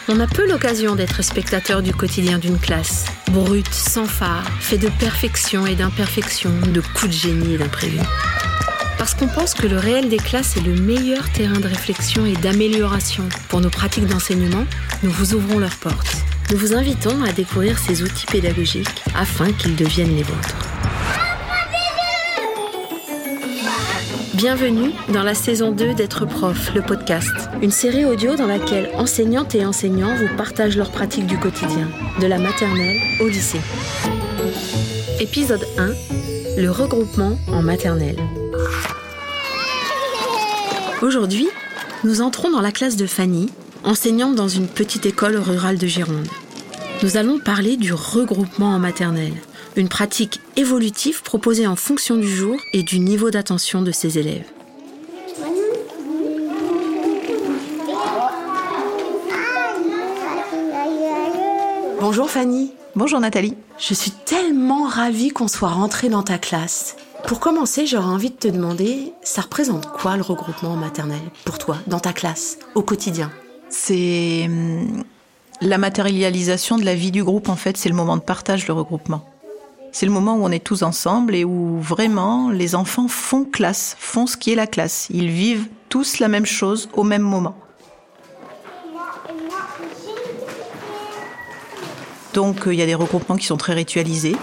On a peu l'occasion d'être spectateur du quotidien d'une classe. Brute, sans phare, fait de perfection et d'imperfection, de coups de génie et d'imprévus. Parce qu'on pense que le réel des classes est le meilleur terrain de réflexion et d'amélioration pour nos pratiques d'enseignement, nous vous ouvrons leurs portes. Nous vous invitons à découvrir ces outils pédagogiques afin qu'ils deviennent les vôtres. Bienvenue dans la saison 2 d'Être prof, le podcast. Une série audio dans laquelle enseignantes et enseignants vous partagent leurs pratiques du quotidien, de la maternelle au lycée. Épisode 1, le regroupement en maternelle. Aujourd'hui, nous entrons dans la classe de Fanny, enseignante dans une petite école rurale de Gironde. Nous allons parler du regroupement en maternelle, une pratique évolutive proposée en fonction du jour et du niveau d'attention de ses élèves. Bonjour Fanny. Bonjour Nathalie. Je suis tellement ravie qu'on soit rentré dans ta classe. Pour commencer, j'aurais envie de te demander, ça représente quoi le regroupement en maternelle pour toi, dans ta classe, au quotidien ? C'est la matérialisation de la vie du groupe, en fait, c'est le moment de partage, le regroupement. C'est le moment où on est tous ensemble et où vraiment les enfants font classe, font ce qui est la classe. Ils vivent tous la même chose au même moment. Donc il y a des regroupements qui sont très ritualisés,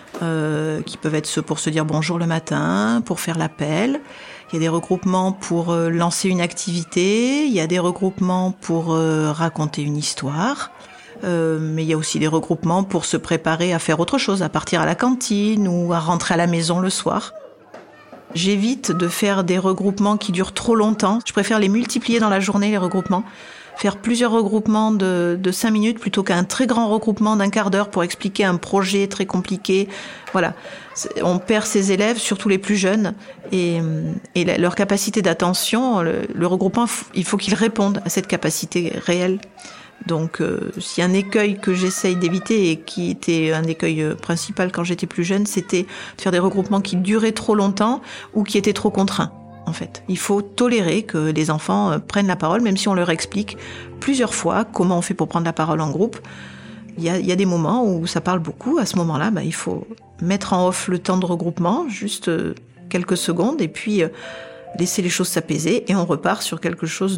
qui peuvent être ceux pour se dire bonjour le matin, pour faire l'appel. Il y a des regroupements pour lancer une activité, il y a des regroupements pour raconter une histoire. Mais il y a aussi des regroupements pour se préparer à faire autre chose, à partir à la cantine ou à rentrer à la maison le soir. J'évite de faire des regroupements qui durent trop longtemps. Je préfère les multiplier dans la journée, les regroupements. Faire plusieurs regroupements de 5 minutes plutôt qu'un très grand regroupement d'un quart d'heure pour expliquer un projet très compliqué. Voilà. On perd ses élèves, surtout les plus jeunes, et leur capacité d'attention, le regroupement, il faut qu'ils répondent à cette capacité réelle. Donc, s'il y a un écueil que j'essaye d'éviter et qui était un écueil principal quand j'étais plus jeune, c'était de faire des regroupements qui duraient trop longtemps ou qui étaient trop contraints, en fait. Il faut tolérer que les enfants prennent la parole, même si on leur explique plusieurs fois comment on fait pour prendre la parole en groupe. Il y a des moments où ça parle beaucoup. À ce moment-là, il faut mettre en off le temps de regroupement, juste quelques secondes, et puis laisser les choses s'apaiser, et on repart sur quelque chose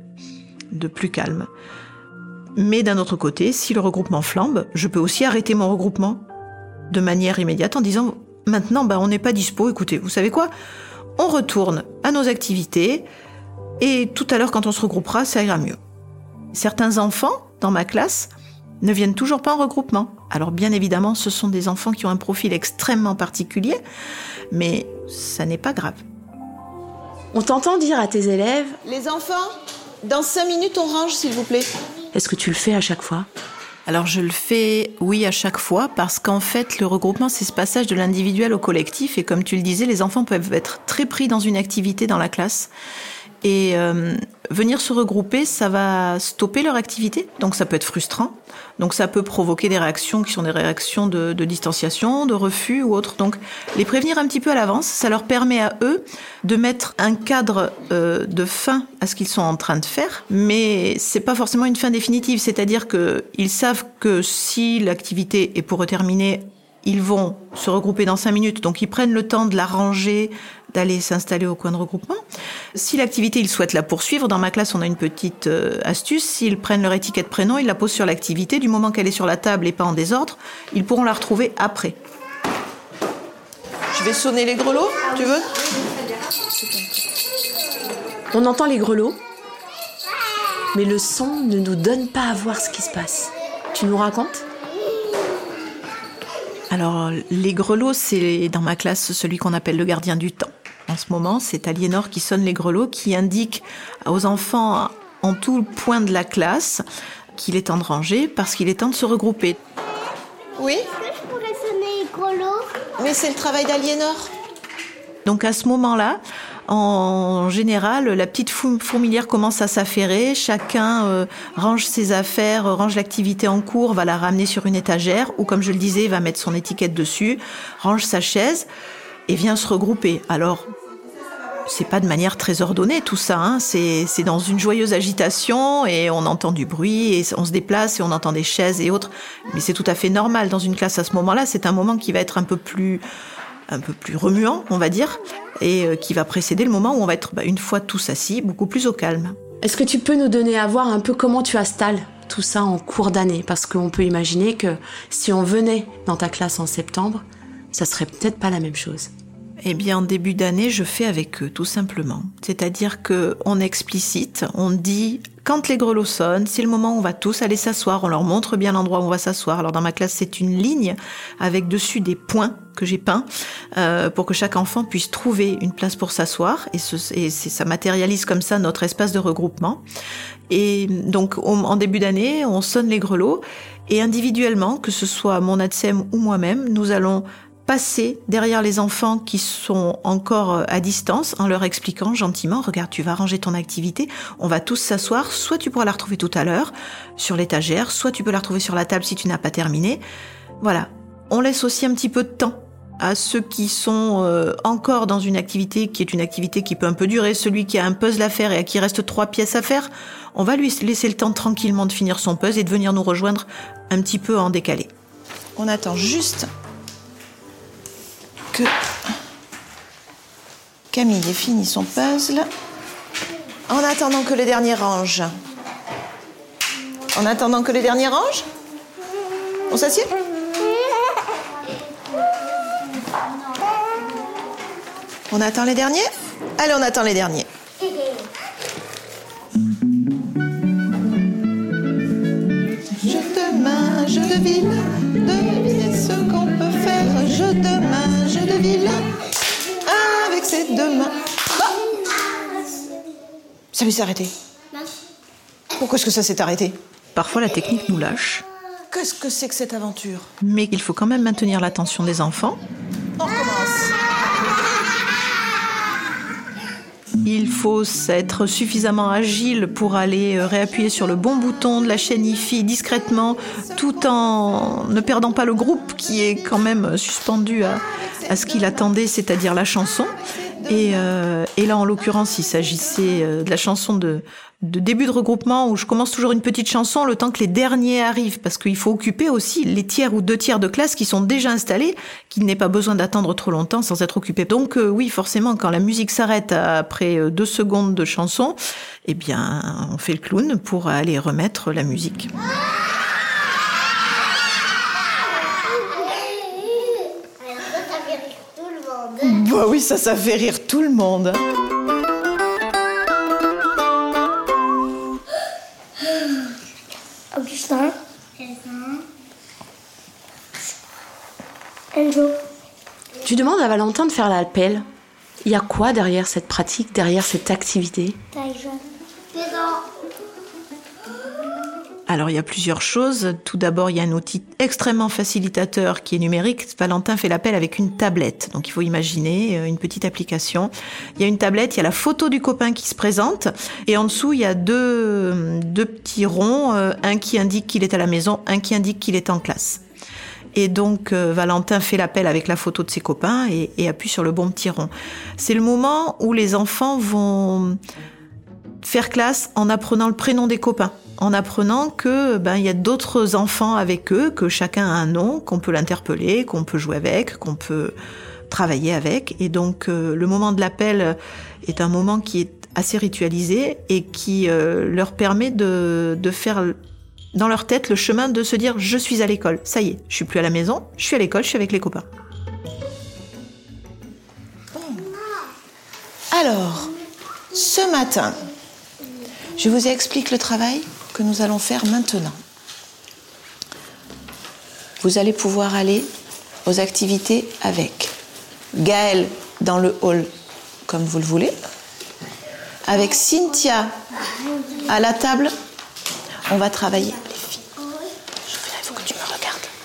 de plus calme. Mais d'un autre côté, si le regroupement flambe, je peux aussi arrêter mon regroupement de manière immédiate en disant « Maintenant, on n'est pas dispo, écoutez, vous savez quoi ? On retourne à nos activités et tout à l'heure, quand on se regroupera, ça ira mieux. » Certains enfants, dans ma classe, ne viennent toujours pas en regroupement. Alors bien évidemment, ce sont des enfants qui ont un profil extrêmement particulier, mais ça n'est pas grave. On t'entend dire à tes élèves « Les enfants, dans 5 minutes, on range, s'il vous plaît. » Est-ce que tu le fais à chaque fois ? Alors je le fais, oui, à chaque fois, parce qu'en fait, le regroupement, c'est ce passage de l'individuel au collectif. Et comme tu le disais, les enfants peuvent être très pris dans une activité dans la classe. Et venir se regrouper, ça va stopper leur activité. Donc ça peut être frustrant. Donc ça peut provoquer des réactions qui sont des réactions de distanciation, de refus ou autre. Donc les prévenir un petit peu à l'avance, ça leur permet à eux de mettre un cadre de fin à ce qu'ils sont en train de faire. Mais c'est pas forcément une fin définitive. C'est-à-dire qu'ils savent que si l'activité est pour terminer, ils vont se regrouper dans 5 minutes. Donc ils prennent le temps de la ranger, d'aller s'installer au coin de regroupement. Si l'activité, ils souhaitent la poursuivre, dans ma classe, on a une petite astuce. S'ils prennent leur étiquette prénom, ils la posent sur l'activité. Du moment qu'elle est sur la table et pas en désordre, ils pourront la retrouver après. Je vais sonner les grelots, tu veux ? On entend les grelots, mais le son ne nous donne pas à voir ce qui se passe. Tu nous racontes ? Alors, les grelots, c'est dans ma classe celui qu'on appelle le gardien du temps. En ce moment, c'est Aliénor qui sonne les grelots, qui indique aux enfants en tout point de la classe qu'il est temps de ranger parce qu'il est temps de se regrouper. Oui ? Est-ce que je pourrais sonner les grelots ? Mais c'est le travail d'Aliénor. Donc à ce moment-là, en général, la petite fourmilière commence à s'affairer, chacun range ses affaires, range l'activité en cours, va la ramener sur une étagère, ou comme je le disais, va mettre son étiquette dessus, range sa chaise et vient se regrouper. Alors, c'est pas de manière très ordonnée tout ça, hein. C'est dans une joyeuse agitation et on entend du bruit et on se déplace et on entend des chaises et autres. Mais c'est tout à fait normal dans une classe à ce moment-là. C'est un moment qui va être un peu plus remuant, on va dire, et qui va précéder le moment où on va être, une fois tous assis, beaucoup plus au calme. Est-ce que tu peux nous donner à voir un peu comment tu installes tout ça en cours d'année? Parce qu'on peut imaginer que si on venait dans ta classe en septembre, ça serait peut-être pas la même chose. Eh bien, en début d'année, je fais avec eux, tout simplement. C'est-à-dire qu'on explicite, on dit, quand les grelots sonnent, c'est le moment où on va tous aller s'asseoir, on leur montre bien l'endroit où on va s'asseoir. Alors, dans ma classe, c'est une ligne avec dessus des points que j'ai peints pour que chaque enfant puisse trouver une place pour s'asseoir. Et ça matérialise comme ça notre espace de regroupement. Et donc, en début d'année, on sonne les grelots et individuellement, que ce soit mon ATSEM ou moi-même, nous allons passer derrière les enfants qui sont encore à distance en leur expliquant gentiment, regarde, tu vas ranger ton activité, on va tous s'asseoir, soit tu pourras la retrouver tout à l'heure sur l'étagère, soit tu peux la retrouver sur la table si tu n'as pas terminé. Voilà, on laisse aussi un petit peu de temps à ceux qui sont encore dans une activité qui est une activité qui peut un peu durer, celui qui a un puzzle à faire et à qui il reste 3 pièces à faire, on va lui laisser le temps tranquillement de finir son puzzle et de venir nous rejoindre un petit peu en décalé. On attend juste que Camille ait fini son puzzle. En attendant que les derniers rangent. En attendant que les derniers rangent, on s'assied ? On attend les derniers ? Allez, on attend les derniers. Jeu de main, jeu de ville, devinez ce qu'on peut faire. Jeu de main, jeu de ville, avec ses 2 mains. Ah, ça lui s'est arrêté. Pourquoi est-ce que ça s'est arrêté ? Parfois, la technique nous lâche. Qu'est-ce que c'est que cette aventure ? Mais il faut quand même maintenir l'attention des enfants. On recommence. Il faut être suffisamment agile pour aller réappuyer sur le bon bouton de la chaîne hi-fi discrètement, tout en ne perdant pas le groupe qui est quand même suspendu à ce qu'il attendait, c'est-à-dire la chanson. Et là, en l'occurrence, il s'agissait de la chanson de début de regroupement où je commence toujours une petite chanson le temps que les derniers arrivent, parce qu'il faut occuper aussi les tiers ou 2 tiers de classe qui sont déjà installés, qu'il n'est pas besoin d'attendre trop longtemps sans être occupés. Donc oui, forcément, quand la musique s'arrête après 2 secondes de chanson, eh bien, on fait le clown pour aller remettre la musique. Bah oui, ça fait rire tout le monde. Augustin. Enzo. Tu demandes à Valentin de faire la pelle. Il y a quoi derrière cette pratique, derrière cette activité ? Alors, il y a plusieurs choses. Tout d'abord, il y a un outil extrêmement facilitateur qui est numérique. Valentin fait l'appel avec une tablette. Donc, il faut imaginer une petite application. Il y a une tablette, il y a la photo du copain qui se présente. Et en dessous, il y a deux petits ronds. Un qui indique qu'il est à la maison, un qui indique qu'il est en classe. Et donc, Valentin fait l'appel avec la photo de ses copains et appuie sur le bon petit rond. C'est le moment où les enfants vont faire classe en apprenant le prénom des copains, en apprenant que il y a d'autres enfants avec eux, que chacun a un nom, qu'on peut l'interpeller, qu'on peut jouer avec, qu'on peut travailler avec. Et donc le moment de l'appel est un moment qui est assez ritualisé et qui leur permet de faire dans leur tête le chemin de se dire je suis à l'école, ça y est, je suis plus à la maison, je suis à l'école, je suis avec les copains. Alors, ce matin, je vous explique le travail que nous allons faire maintenant. Vous allez pouvoir aller aux activités avec Gaëlle dans le hall, comme vous le voulez, avec Cynthia à la table. On va travailler, les filles. Il faut que tu me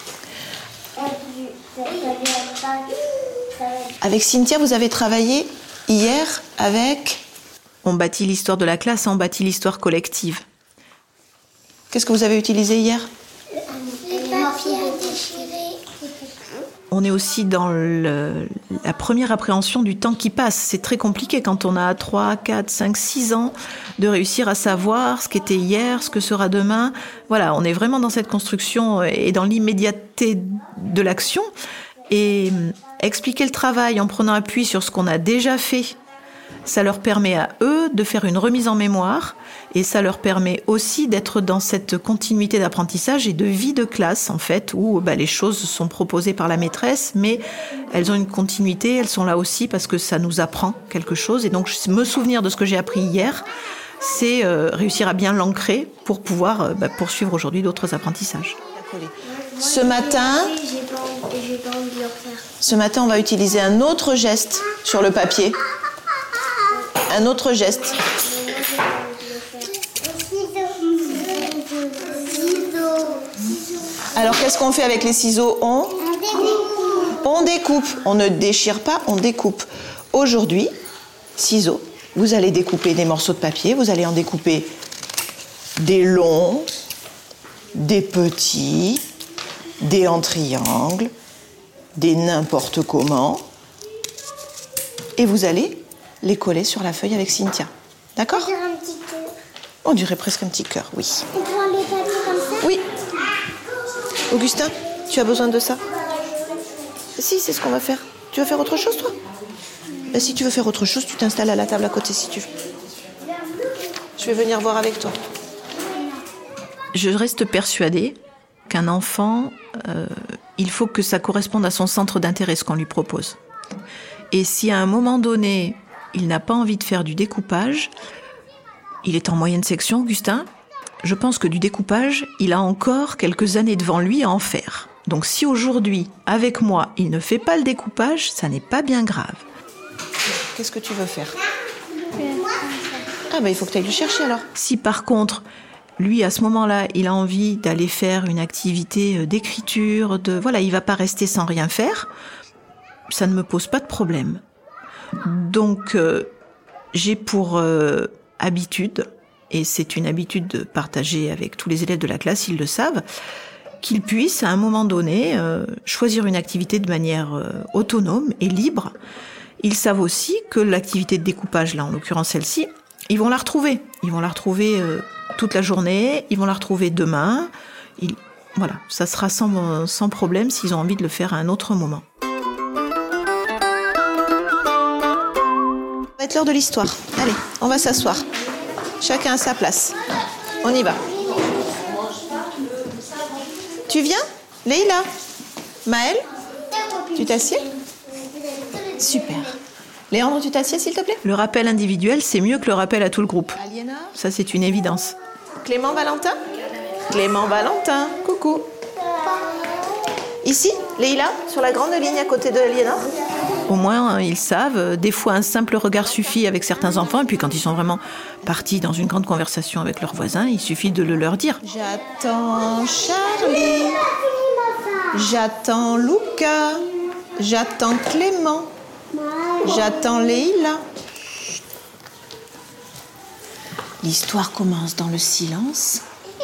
regardes. Avec Cynthia, vous avez travaillé hier avec... On bâtit l'histoire de la classe, on bâtit l'histoire collective. Qu'est-ce que vous avez utilisé hier ? Les papiers déchirés. On est aussi dans la première appréhension du temps qui passe. C'est très compliqué quand on a 3, 4, 5, 6 ans de réussir à savoir ce qu'était hier, ce que sera demain. Voilà, on est vraiment dans cette construction et dans l'immédiateté de l'action. Et expliquer le travail en prenant appui sur ce qu'on a déjà fait, ça leur permet à eux de faire une remise en mémoire et ça leur permet aussi d'être dans cette continuité d'apprentissage et de vie de classe, en fait, où les choses sont proposées par la maîtresse, mais elles ont une continuité, elles sont là aussi parce que ça nous apprend quelque chose. Et donc, me souvenir de ce que j'ai appris hier, c'est réussir à bien l'ancrer pour pouvoir poursuivre aujourd'hui d'autres apprentissages. Ce matin, on va utiliser un autre geste sur le papier. Un autre geste. Alors, qu'est-ce qu'on fait avec les ciseaux? On découpe. On ne déchire pas, on découpe. Aujourd'hui, ciseaux, vous allez découper des morceaux de papier, vous allez en découper des longs, des petits, des en triangle, des n'importe comment. Et vous allez les coller sur la feuille avec Cynthia. D'accord? On dirait un petit cœur. On dirait presque un petit cœur, oui. On prend les papiers comme ça? Oui. Augustin, tu as besoin de ça? Si, c'est ce qu'on va faire. Tu veux faire autre chose, toi? Si tu veux faire autre chose, tu t'installes à la table à côté, si tu veux. Je vais venir voir avec toi. Je reste persuadée qu'un enfant, il faut que ça corresponde à son centre d'intérêt, ce qu'on lui propose. Et si à un moment donné, il n'a pas envie de faire du découpage, il est en moyenne section, Augustin, je pense que du découpage, il a encore quelques années devant lui à en faire. Donc si aujourd'hui, avec moi, il ne fait pas le découpage, ça n'est pas bien grave. Qu'est-ce que tu veux faire? Il faut que tu ailles le chercher alors. Si par contre, lui, à ce moment-là, il a envie d'aller faire une activité d'écriture, il va pas rester sans rien faire, ça ne me pose pas de problème. Donc, j'ai pour habitude, et c'est une habitude partagée avec tous les élèves de la classe, ils le savent, qu'ils puissent, à un moment donné, choisir une activité de manière autonome et libre. Ils savent aussi que l'activité de découpage, là, en l'occurrence celle-ci, ils vont la retrouver. Ils vont la retrouver toute la journée, ils vont la retrouver demain. Voilà, ça sera sans problème s'ils ont envie de le faire à un autre moment. Ça va être l'heure de l'histoire. Allez, on va s'asseoir. Chacun à sa place. On y va. Tu viens, Leïla? Maëlle? Tu t'assieds? Super. Léandre, tu t'assieds, s'il te plaît? Le rappel individuel, c'est mieux que le rappel à tout le groupe. Aliéna? Ça, c'est une évidence. Clément Valentin? Clément Valentin, coucou. Ici, Leïla, sur la grande ligne à côté de Aliéna? Au moins, ils savent. Des fois, un simple regard suffit avec certains enfants. Et puis, quand ils sont vraiment partis dans une grande conversation avec leurs voisins, il suffit de le leur dire. J'attends Charlie. J'attends Luca. J'attends Clément. J'attends Leïla. L'histoire commence dans le silence.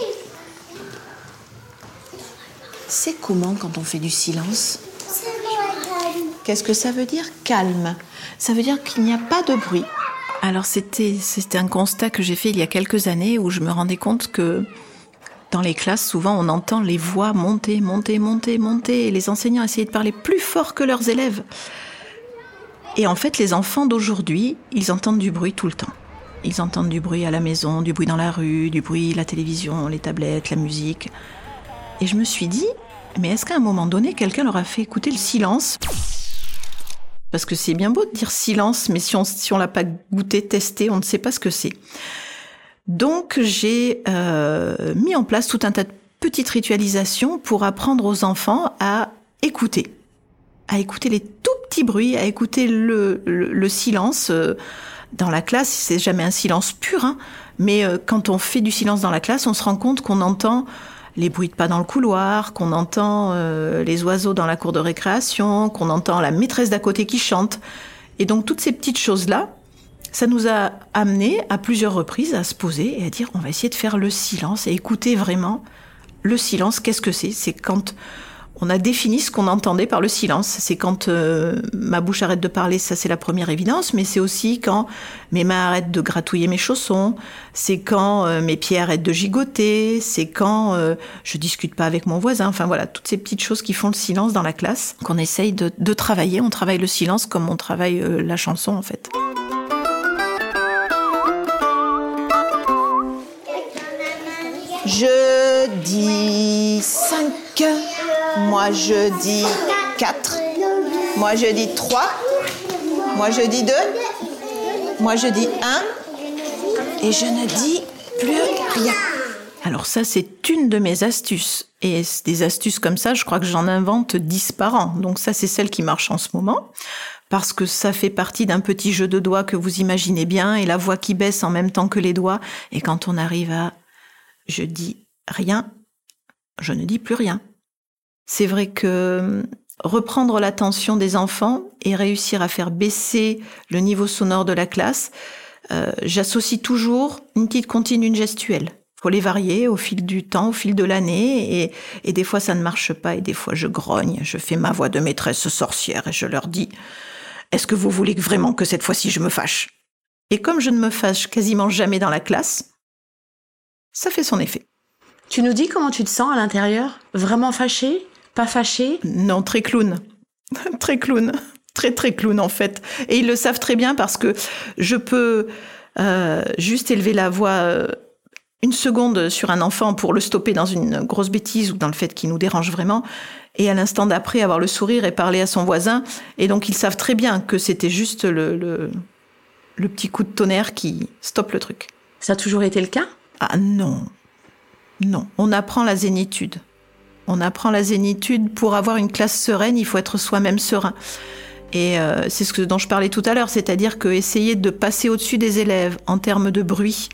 C'est comment quand on fait du silence? Qu'est-ce que ça veut dire? Calme. Ça veut dire qu'il n'y a pas de bruit. Alors c'était un constat que j'ai fait il y a quelques années où je me rendais compte que dans les classes, souvent on entend les voix monter, monter, monter, monter et les enseignants essayer de parler plus fort que leurs élèves. Et en fait, les enfants d'aujourd'hui, ils entendent du bruit tout le temps. Ils entendent du bruit à la maison, du bruit dans la rue, du bruit, la télévision, les tablettes, la musique. Et je me suis dit, mais est-ce qu'à un moment donné, quelqu'un leur a fait écouter le silence ? Parce que c'est bien beau de dire silence, mais si on l'a pas goûté, testé, on ne sait pas ce que c'est. Donc j'ai mis en place tout un tas de petites ritualisations pour apprendre aux enfants à écouter les tout petits bruits, à écouter le silence. Dans la classe, c'est jamais un silence pur, hein, mais quand on fait du silence dans la classe, on se rend compte qu'on entend les bruits de pas dans le couloir, qu'on entend les oiseaux dans la cour de récréation, qu'on entend la maîtresse d'à côté qui chante. Et donc toutes ces petites choses-là, ça nous a amené à plusieurs reprises à se poser et à dire on va essayer de faire le silence et écouter vraiment le silence. Qu'est-ce que c'est ? C'est quand on a défini ce qu'on entendait par le silence. C'est quand ma bouche arrête de parler, ça c'est la première évidence, mais c'est aussi quand mes mains arrêtent de gratouiller mes chaussons, c'est quand mes pieds arrêtent de gigoter, c'est quand je discute pas avec mon voisin. Enfin voilà, toutes ces petites choses qui font le silence dans la classe, qu'on essaye de travailler. On travaille le silence comme on travaille la chanson en fait. Je dis 5, moi je dis 4, moi je dis 3, moi je dis 2, moi je dis 1, et je ne dis plus rien. Alors ça, c'est une de mes astuces. Et des astuces comme ça, je crois que j'en invente 10 par an. Donc ça, c'est celle qui marche en ce moment. Parce que ça fait partie d'un petit jeu de doigts que vous imaginez bien, et la voix qui baisse en même temps que les doigts. Et quand on arrive à « je dis rien », je ne dis plus rien. C'est vrai que reprendre l'attention des enfants et réussir à faire baisser le niveau sonore de la classe, j'associe toujours une petite comptine, une gestuelle. Il faut les varier au fil du temps, au fil de l'année, et des fois ça ne marche pas, et des fois je grogne, je fais ma voix de maîtresse sorcière et je leur dis « Est-ce que vous voulez vraiment que cette fois-ci je me fâche ?» Et comme je ne me fâche quasiment jamais dans la classe, ça fait son effet. Tu nous dis comment tu te sens à l'intérieur? Vraiment fâché? Pas fâché? Non, très clown. Très clown. Très, très clown, en fait. Et ils le savent très bien parce que je peux juste élever la voix une seconde sur un enfant pour le stopper dans une grosse bêtise ou dans le fait qu'il nous dérange vraiment. Et à l'instant d'après, avoir le sourire et parler à son voisin. Et donc, ils savent très bien que c'était juste le petit coup de tonnerre qui stoppe le truc. Ça a toujours été le cas? Ah non. Non. On apprend la zénitude. On apprend la zénitude. Pour avoir une classe sereine, il faut être soi-même serein. Et c'est ce dont je parlais tout à l'heure, c'est-à-dire que essayer de passer au-dessus des élèves en termes de bruit,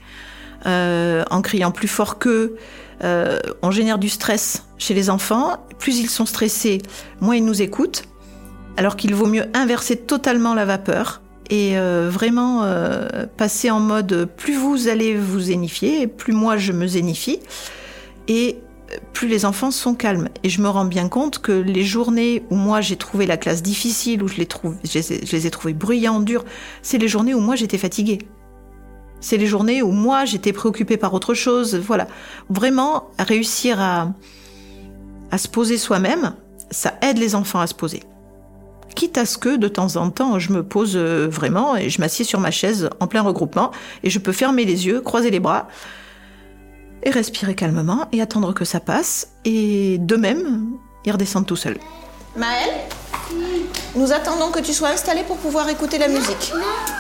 en criant plus fort qu'eux, on génère du stress chez les enfants. Plus ils sont stressés, moins ils nous écoutent, alors qu'il vaut mieux inverser totalement la vapeur et vraiment passer en mode plus vous allez vous zénifier, plus moi je me zénifie, et plus les enfants sont calmes. Et je me rends bien compte que les journées où moi j'ai trouvé la classe difficile, où je les ai trouvées bruyantes, dures, c'est les journées où moi j'étais fatiguée. C'est les journées où moi j'étais préoccupée par autre chose. Voilà. Vraiment, réussir à se poser soi-même, ça aide les enfants à se poser. Quitte à ce que, de temps en temps, je me pose vraiment et je m'assieds sur ma chaise en plein regroupement et je peux fermer les yeux, croiser les bras et respirer calmement et attendre que ça passe. Et de même, ils redescendent tout seuls. Maëlle, nous attendons que tu sois installée pour pouvoir écouter la musique.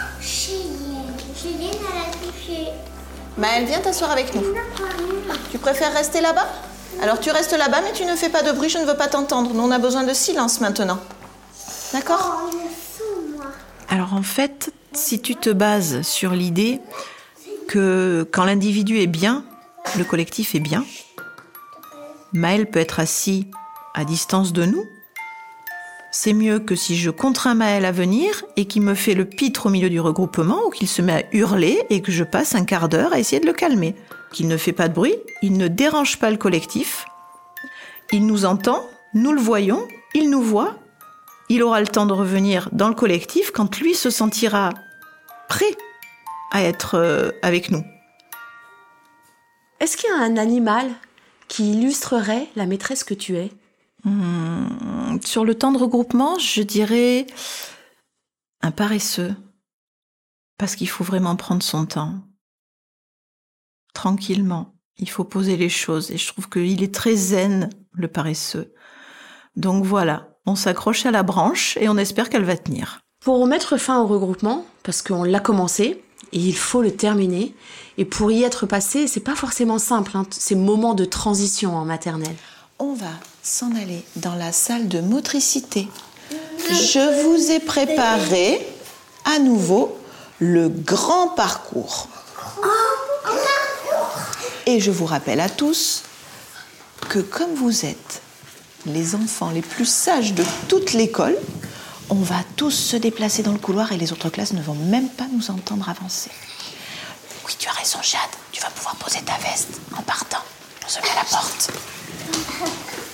Maëlle, viens t'asseoir avec nous. Tu préfères rester là-bas? Alors tu restes là-bas, mais tu ne fais pas de bruit, je ne veux pas t'entendre. Nous, on a besoin de silence maintenant. D'accord? Alors en fait, si tu te bases sur l'idée que quand l'individu est bien, le collectif est bien, Maëlle peut être assis à distance de nous. C'est mieux que si je contrains Maëlle à venir et qu'il me fait le pitre au milieu du regroupement ou qu'il se met à hurler et que je passe un quart d'heure à essayer de le calmer. Qu'il ne fait pas de bruit, il ne dérange pas le collectif, il nous entend, nous le voyons, il nous voit, il aura le temps de revenir dans le collectif quand lui se sentira prêt à être avec nous. Est-ce qu'il y a un animal qui illustrerait la maîtresse que tu es? Sur le temps de regroupement, je dirais un paresseux. Parce qu'il faut vraiment prendre son temps. Tranquillement. Il faut poser les choses. Et je trouve qu'il est très zen, le paresseux. Donc voilà, on s'accroche à la branche et on espère qu'elle va tenir. Pour mettre fin au regroupement, parce qu'on l'a commencé, et il faut le terminer, et pour y être passé, c'est pas forcément simple, ces moments de transition en maternelle. On va s'en aller dans la salle de motricité. Je vous ai préparé à nouveau le grand parcours. Et je vous rappelle à tous que comme vous êtes les enfants les plus sages de toute l'école, on va tous se déplacer dans le couloir et les autres classes ne vont même pas nous entendre avancer. Oui, tu as raison, Jade. Tu vas pouvoir poser ta veste en partant. On se met à la porte.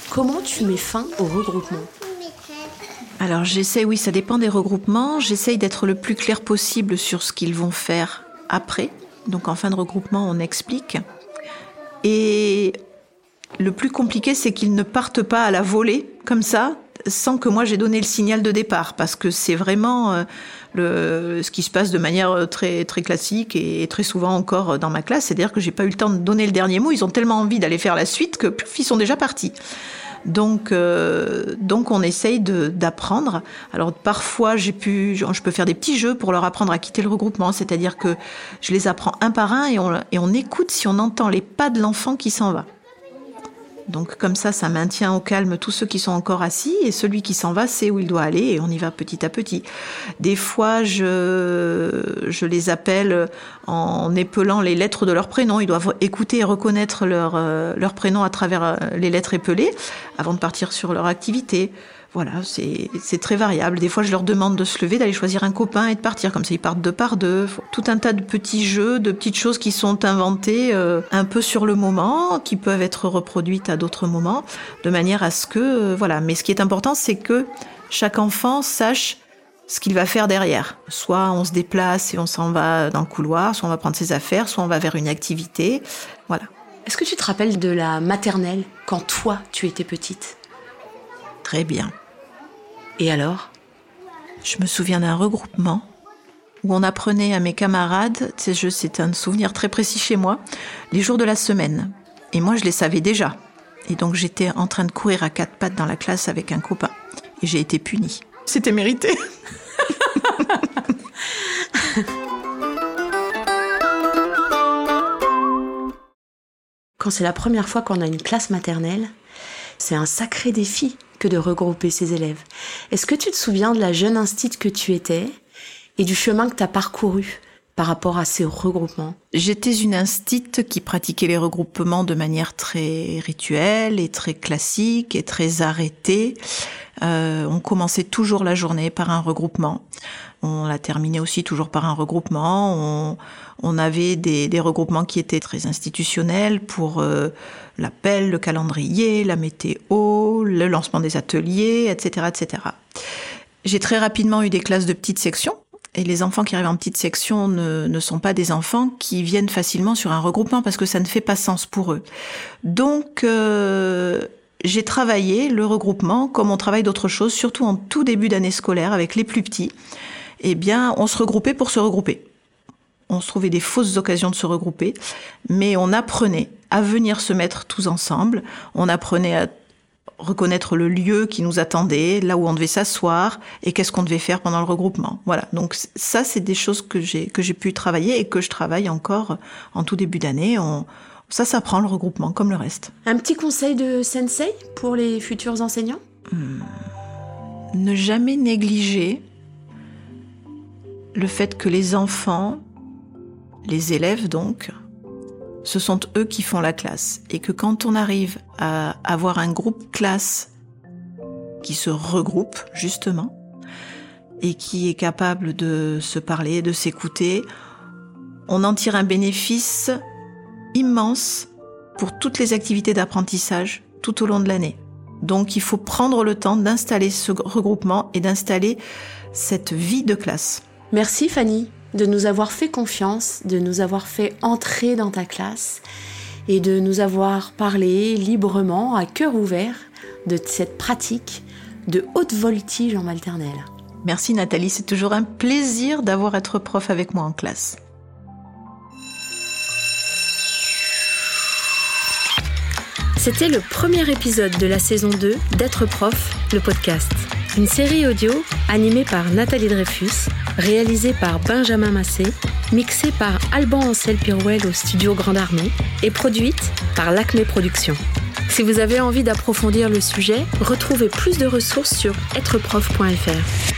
Comment tu mets fin au regroupement ? Alors oui, ça dépend des regroupements. J'essaye d'être le plus clair possible sur ce qu'ils vont faire après. Donc en fin de regroupement, on explique. Et le plus compliqué, c'est qu'ils ne partent pas à la volée, comme ça, sans que moi j'ai donné le signal de départ. Parce que c'est vraiment ce qui se passe de manière très, très classique et très souvent encore dans ma classe. C'est-à-dire que j'ai pas eu le temps de donner le dernier mot. Ils ont tellement envie d'aller faire la suite que ils sont déjà partis. Donc on essaye d'apprendre. Alors parfois je peux faire des petits jeux pour leur apprendre à quitter le regroupement, c'est-à-dire que je les apprends un par un et on écoute si on entend les pas de l'enfant qui s'en va. Donc comme ça maintient au calme tous ceux qui sont encore assis et celui qui s'en va sait où il doit aller et on y va petit à petit. Des fois, je les appelle en épelant les lettres de leur prénom. Ils doivent écouter et reconnaître leur prénom à travers les lettres épelées avant de partir sur leur activité. Voilà, c'est très variable. Des fois, je leur demande de se lever, d'aller choisir un copain et de partir. Comme ça, ils partent 2 par 2. Tout un tas de petits jeux, de petites choses qui sont inventées un peu sur le moment, qui peuvent être reproduites à d'autres moments, de manière à ce que... voilà. Mais ce qui est important, c'est que chaque enfant sache ce qu'il va faire derrière. Soit on se déplace et on s'en va dans le couloir, soit on va prendre ses affaires, soit on va vers une activité. Voilà. Est-ce que tu te rappelles de la maternelle, quand toi, tu étais petite ? Très bien. Et alors ? Je me souviens d'un regroupement où on apprenait à mes camarades, c'est un souvenir très précis chez moi, les jours de la semaine. Et moi, je les savais déjà. Et donc, j'étais en train de courir à 4 pattes dans la classe avec un copain. Et j'ai été punie. C'était mérité. Quand c'est la première fois qu'on a une classe maternelle, c'est un sacré défi que de regrouper ses élèves. Est-ce que tu te souviens de la jeune instite que tu étais et du chemin que tu as parcouru par rapport à ces regroupements ? J'étais une instite qui pratiquait les regroupements de manière très rituelle et très classique et très arrêtée. On commençait toujours la journée par un regroupement. On la terminait aussi toujours par un regroupement. On avait des regroupements qui étaient très institutionnels pour l'appel, le calendrier, la météo, le lancement des ateliers, etc., etc. J'ai très rapidement eu des classes de petites sections. Et les enfants qui arrivent en petite section ne sont pas des enfants qui viennent facilement sur un regroupement parce que ça ne fait pas sens pour eux. Donc, j'ai travaillé le regroupement comme on travaille d'autres choses, surtout en tout début d'année scolaire avec les plus petits. Eh bien, on se regroupait pour se regrouper. On se trouvait des fausses occasions de se regrouper, mais on apprenait à venir se mettre tous ensemble. On apprenait à reconnaître le lieu qui nous attendait, là où on devait s'asseoir et qu'est-ce qu'on devait faire pendant le regroupement. Voilà. Donc ça, c'est des choses que j'ai pu travailler et que je travaille encore en tout début d'année. Ça s'apprend le regroupement comme le reste. Un petit conseil de sensei pour les futurs enseignants ? Ne jamais négliger le fait que les enfants, les élèves donc, ce sont eux qui font la classe. Et que quand on arrive à avoir un groupe classe qui se regroupe, justement, et qui est capable de se parler, de s'écouter, on en tire un bénéfice immense pour toutes les activités d'apprentissage tout au long de l'année. Donc il faut prendre le temps d'installer ce regroupement et d'installer cette vie de classe. Merci Fanny de nous avoir fait confiance, de nous avoir fait entrer dans ta classe et de nous avoir parlé librement, à cœur ouvert, de cette pratique de haute voltige en maternelle. Merci Nathalie, c'est toujours un plaisir d'avoir être prof avec moi en classe. C'était le premier épisode de la saison 2 d'Être prof, le podcast. Une série audio animée par Nathalie Dreyfus, réalisée par Benjamin Massé, mixée par Alban Ancel-Pirouel au studio Grande Armée et produite par l'Acme Productions. Si vous avez envie d'approfondir le sujet, retrouvez plus de ressources sur êtreprof.fr.